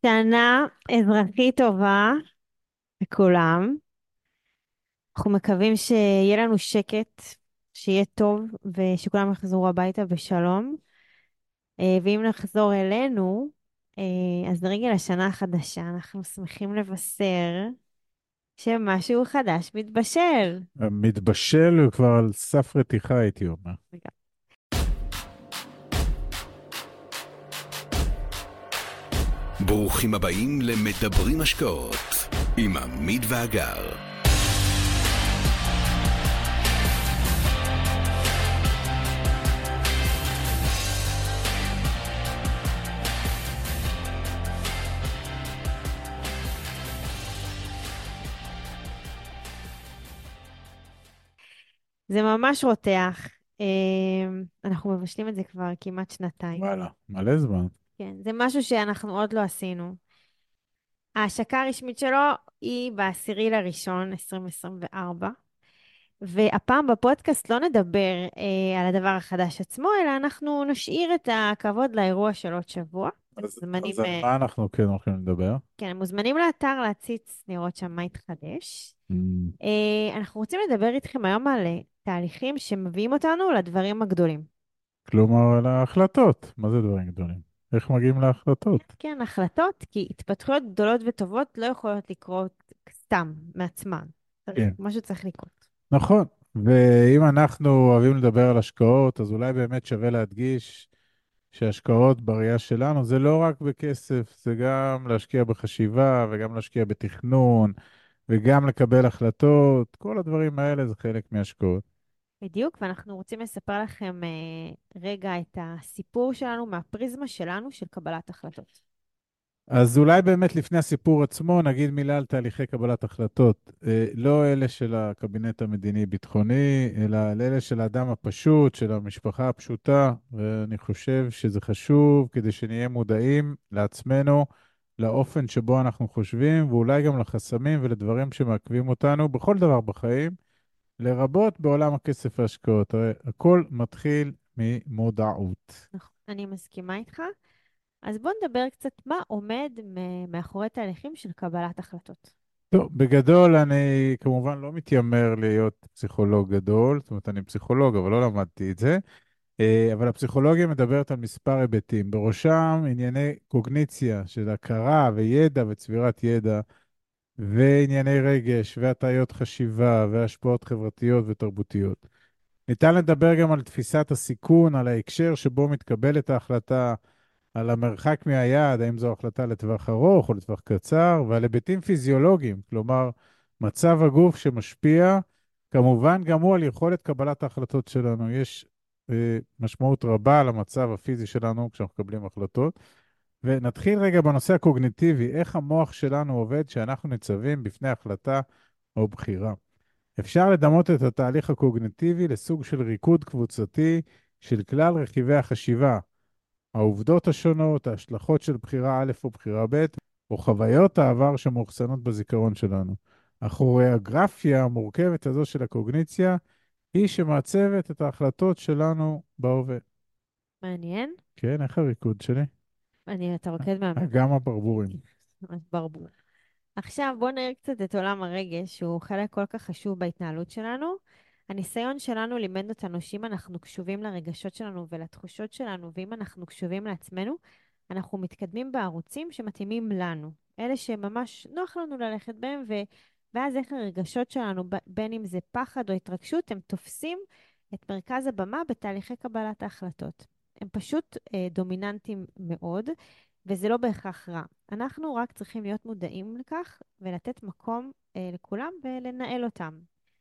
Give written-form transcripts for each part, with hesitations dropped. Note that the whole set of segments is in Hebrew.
שנה אזרחית טובה לכולם. אנחנו מקווים שיהיה לנו שקט, שיהיה טוב ושכולם יחזרו הביתה בשלום. ואם נחזור אלינו, אז לרגל השנה החדשה, אנחנו שמחים לבשר שמשהו חדש מתבשל. המתבשל הוא כבר על סף רתיחה, הייתי אומר. רגע. ברוכים הבאים למדברים השקעות עם עמית ואגר. זה ממש רותח. אנחנו מבשלים את זה כבר כמעט שנתיים. וואלה, מלא זמן. כן, זה משהו שאנחנו עוד לא עשינו. ההשקה הרשמית שלו היא ב10.1.2024, והפעם בפודקאסט לא נדבר על הדבר החדש עצמו, אלא אנחנו נשאיר את הכבוד לאירוע של עוד שבוע. אז על מה אנחנו כן הולכים לדבר? כן, הם מוזמנים לאתר להציץ, לראות שם מה התחדש. Mm, אנחנו רוצים לדבר איתכם היום על תהליכים שמביאים אותנו לדברים הגדולים. כלומר, על ההחלטות. מה זה דברים גדולים? איך מגיעים להחלטות? כן, החלטות, כי התפתחויות גדולות וטובות לא יכולות לקרות סתם, מעצמן. כן. משהו צריך לקרות. נכון. ואם אנחנו אוהבים לדבר על השקעות, אז אולי באמת שווה להדגיש שהשקעות בראייה שלנו זה לא רק בכסף, זה גם להשקיע בחשיבה וגם להשקיע בתכנון וגם לקבל החלטות. כל הדברים האלה זה חלק מהשקעות. בדיוק, ואנחנו רוצים לספר לכם רגע את הסיפור שלנו מהפריזמה שלנו של קבלת החלטות. אז אולי באמת לפני הסיפור עצמו נגיד מילה על תהליכי קבלת החלטות. לא אלה של הקבינט המדיני-ביטחוני, אלא על אלה של האדם הפשוט, של המשפחה הפשוטה, ואני חושב שזה חשוב כדי שנהיה מודעים לעצמנו, לאופן שבו אנחנו חושבים, ואולי גם לחסמים ולדברים שמעכבים אותנו בכל דבר בחיים, לרבות בעולם הכסף וההשקעות. הרי הכל מתחיל ממודעות. נכון, אני מסכימה איתך. אז בואו נדבר קצת מה עומד מאחורי תהליכים של קבלת החלטות. טוב, בגדול אני כמובן לא מתיימר להיות פסיכולוג גדול, זאת אומרת אני פסיכולוג, אבל לא למדתי את זה, אבל הפסיכולוגיה מדברת על מספר היבטים, בראשם ענייני קוגניציה של הכרה וידע וצבירת ידע, וענייני רגש והטיות חשיבה והשפעות חברתיות ותרבותיות. ניתן לדבר גם על תפיסת הסיכון, על ההקשר שבו מתקבלת ההחלטה, על המרחק מהיעד, האם זו החלטה לטווח ארוך או לטווח קצר, ועל היבטים פיזיולוגיים, כלומר, מצב הגוף שמשפיע, כמובן גם הוא על יכולת קבלת ההחלטות שלנו. יש משמעות רבה על המצב הפיזי שלנו כשאנחנו מקבלים החלטות. ונתחיל רגע בנושא הקוגניטיבי, איך המוח שלנו עובד כשאנחנו ניצבים בפני החלטה או בחירה. אפשר לדמות את התהליך הקוגניטיבי לסוג של ריקוד קבוצתי של כלל רכיבי החשיבה, העובדות השונות, ההשלכות של בחירה א' או בחירה ב', או חוויות העבר שמאוחסנות בזיכרון שלנו. הכוריאוגרפיה המורכבת הזו של הקוגניציה היא שמעצבת את ההחלטות שלנו בהווה. מעניין? כן, איך הריקוד שלי? אתה רוקד מהמם. גם הברבורים. ממש ברבור. עכשיו בואו נראה קצת את עולם הרגש, שהוא חלק כל כך חשוב בהתנהלות שלנו. הניסיון שלנו לימד אותנו שאם אנחנו קשובים לרגשות שלנו ולתחושות שלנו, ואם אנחנו קשובים לעצמנו, אנחנו מתקדמים בערוצים שמתאימים לנו. אלה שממש נוח לנו ללכת בהם, ואז איך הרגשות שלנו, בין אם זה פחד או התרגשות, הם תופסים את מרכז הבמה בתהליכי קבלת ההחלטות. הם פשוט דומיננטיים מאוד, וזה לא בהכרח רע. אנחנו רק צריכים להיות מודעים לכך ולתת מקום לכולם ולנהל אותם.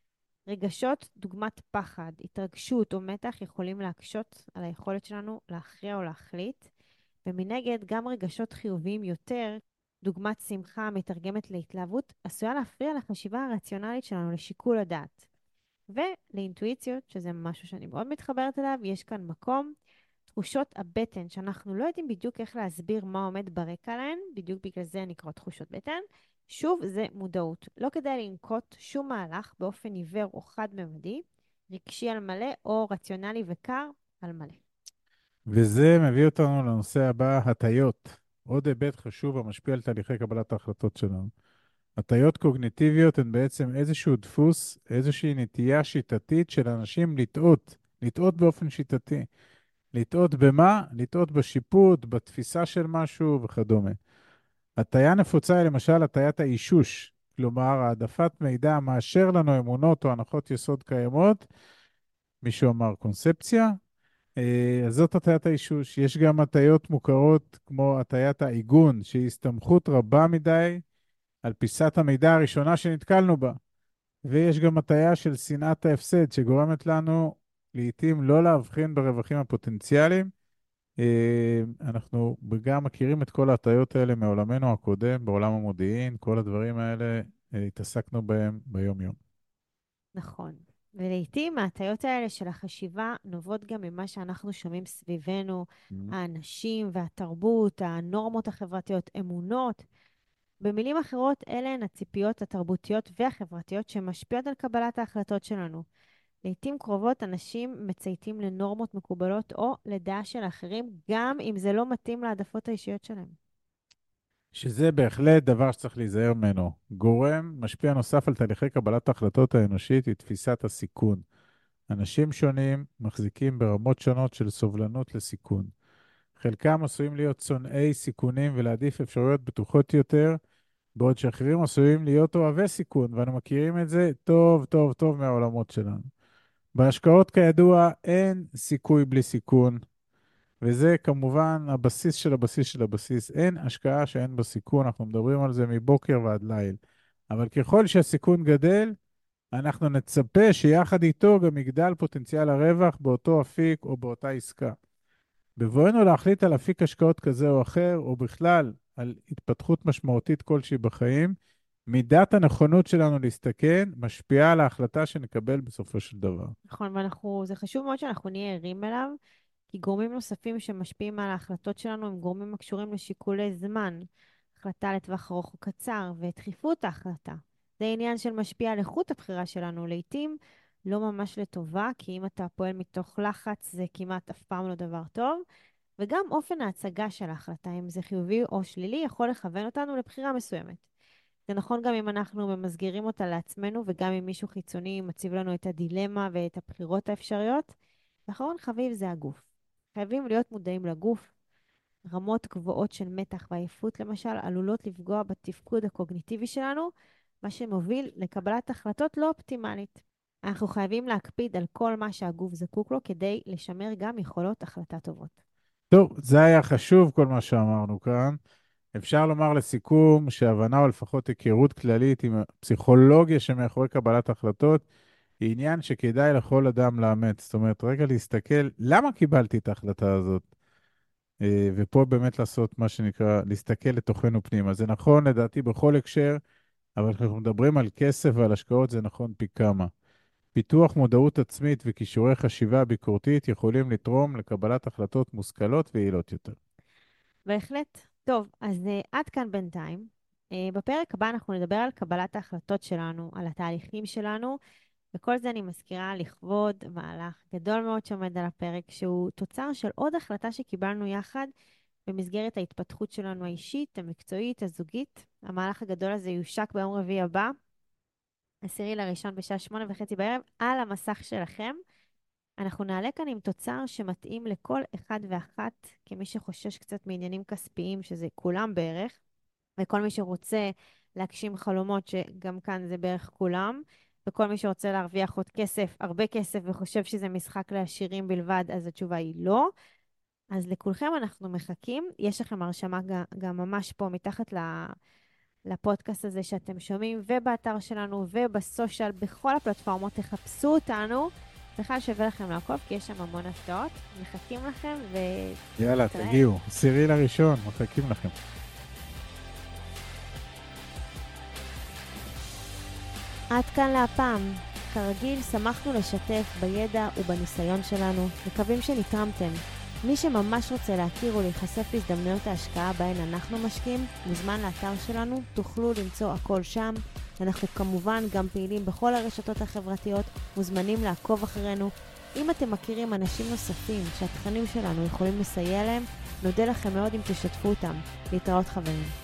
רגשות דוגמת פחד, התרגשות או מתח יכולים להקשות על היכולת שלנו להכריע או להחליט, ומנגד גם רגשות חיוביים יותר, דוגמת שמחה מתרגמת להתלהבות, עשויה להפריע לחשיבה הרציונלית שלנו, לשיקול הדעת. ולאינטואיציות, שזה משהו שאני מאוד מתחברת אליו, יש כאן מקום. תחושות הבטן, שאנחנו לא יודעים בדיוק איך להסביר מה עומד ברקע להן, בדיוק בגלל זה נקרא תחושות בטן. שוב, זה מודעות. לא כדאי לנקוט שום מהלך באופן עיוור או חד-ממדי, רגשי על מלא או רציונלי וקר על מלא. וזה מביא אותנו לנושא הבא, הטיות. עוד היבט חשוב המשפיע על תהליכי קבלת ההחלטות שלנו. הטיות קוגניטיביות הן בעצם איזשהו דפוס, איזושהי נטייה שיטתית של אנשים לטעות, לטעות באופן שיטתי. לטעות במה? לטעות בשיפוט, בתפיסה של משהו וכדומה. הטיה נפוצה היא למשל הטיית האישוש, כלומר העדפת מידע מאשר לנו אמונות או הנחות יסוד קיימות, מישהו אמר קונספציה, אז זאת הטיית האישוש. יש גם הטיות מוכרות כמו הטיית העיגון, שהיא הסתמכות רבה מדי על פיסת המידע הראשונה שנתקלנו בה. ויש גם הטיה של שנאת ההפסד, שגורמת לנו לעתים לא להבחין ברווחים הפוטנציאליים. אנחנו גם מכירים את כל ההטיות האלה מעולמנו הקודם, בעולם המודיעין, כל הדברים האלה התעסקנו בהם ביום-יום. נכון. ולעיתים ההטיות האלה של החשיבה נובעות גם ממה שאנחנו שומעים סביבנו, האנשים והתרבות, הנורמות החברתיות, אמונות. במילים אחרות, אלה הן הציפיות התרבותיות והחברתיות שמשפיעות על קבלת ההחלטות שלנו. לעתים קרובות אנשים מצייתים לנורמות מקובלות או לדעה של אחרים, גם אם זה לא מתאים להעדפות האישיות שלהם. שזה בהחלט דבר שצריך להיזהר ממנו. גורם משפיע נוסף על תהליכי קבלת ההחלטות האנושית היא תפיסת הסיכון. אנשים שונים מחזיקים ברמות שונות של סובלנות לסיכון. חלקם עשויים להיות שונאי סיכונים ולהעדיף אפשרויות בטוחות יותר, בעוד שאחרים עשויים להיות אוהבי סיכון, ואנו מכירים את זה טוב טוב טוב מהעולמות שלנו. בהשקעות כידוע אין סיכוי בלי סיכון, וזה כמובן הבסיס של הבסיס של הבסיס. אין השקעה שאין בה סיכון, אנחנו מדברים על זה מבוקר ועד ליל. אבל ככל שהסיכון גדל, אנחנו נצפה שיחד איתו גם יגדל פוטנציאל הרווח באותו אפיק או באותה עסקה. בבואנו להחליט על אפיק השקעות כזה או אחר, או בכלל על התפתחות משמעותית כלשהי בחיים, מידת הנכונות שלנו להסתכן משפיעה על ההחלטה שנקבל בסופו של דבר. נכון, זה חשוב מאוד שאנחנו נהיה ערים אליו, כי גורמים נוספים שמשפיעים על ההחלטות שלנו הם גורמים הקשורים לשיקולי זמן, החלטה לטווח ארוך או קצר, ודחיפות ההחלטה. זה עניין של משפיע על איכות הבחירה שלנו, לעתים לא ממש לטובה, כי אם אתה פועל מתוך לחץ זה כמעט אף פעם לא דבר טוב, וגם אופן ההצגה של ההחלטה, אם זה חיובי או שלילי, יכול לכוון אותנו לבחירה מסוימת. זה נכון גם אם אנחנו ממסגרים אותה לעצמנו, וגם אם מישהו חיצוני מציב לנו את הדילמה ואת הבחירות האפשריות. ואחרון חביב זה הגוף. חייבים להיות מודעים לגוף. רמות גבוהות של מתח ועייפות למשל עלולות לפגוע בתפקוד הקוגניטיבי שלנו, מה שמוביל לקבלת החלטות לא אופטימלית. אנחנו חייבים להקפיד על כל מה שהגוף זקוק לו כדי לשמר גם יכולות החלטה טובות. טוב, זה היה חשוב כל מה שאמרנו כאן. אפשר לומר לסיכום שהבנה או לפחות היכרות כללית עם הפסיכולוגיה שמאחורי קבלת החלטות, היא עניין שכדאי לכל אדם לאמץ. זאת אומרת, רגע להסתכל, למה קיבלתי את ההחלטה הזאת? ופה באמת לעשות מה שנקרא, להסתכל לתוכנו פנימה. זה נכון לדעתי בכל הקשר, אבל כשאנחנו מדברים על כסף ועל השקעות זה נכון פי כמה. פיתוח מודעות עצמית וכישורי חשיבה ביקורתית יכולים לתרום לקבלת החלטות מושכלות ויעילות יותר. בהחלט. טוב, אז עד כאן בינתיים. בפרק הבא אנחנו נדבר על קבלת ההחלטות שלנו, על התהליכים שלנו, וכל זה אני מזכירה לכבוד מהלך גדול מאוד שעומד על הפרק, שהוא תוצר של עוד החלטה שקיבלנו יחד במסגרת ההתפתחות שלנו האישית, המקצועית, הזוגית. המהלך הגדול הזה יושק ביום רביעי הבא, 10/1 בשעה 8:30 בערב, על המסך שלכם. אנחנו נעלה כאן עם תוצר שמתאים לכל אחד ואחת, כמי שחושש קצת מעניינים כספיים, שזה כולם בערך, וכל מי שרוצה להגשים חלומות, שגם כאן זה בערך כולם, וכל מי שרוצה להרוויח עוד כסף, הרבה כסף, וחושב שזה משחק לעשירים בלבד, אז התשובה היא לא. אז לכולכם אנחנו מחכים. יש לכם הרשמה גם ממש פה מתחת לפודקאסט הזה שאתם שומעים, ובאתר שלנו ובסושיאל, בכל הפלטפורמות, תחפשו אותנו. בכלל שווה לכם לעקוב, כי יש שם המון הפתעות. מחכים לכם יאללה, תגיעו. 10/1, מחכים לכם. עד כאן להפעם. כרגיל, שמחנו לשתף בידע ובניסיון שלנו. מקווים שנתרמתם. מי שממש רוצה להכיר ולהיחשף להזדמנויות ההשקעה בהן אנחנו משקיעים, מוזמן לאתר שלנו, תוכלו למצוא הכל שם. אנחנו כמובן גם פעילים בכל הרשתות החברתיות, מוזמנים לעקוב אחרינו. אם אתם מכירים אנשים נוספים שהתכנים שלנו יכולים לסייע להם, נודה לכם מאוד אם תשתפו אותם. להתראות חברים.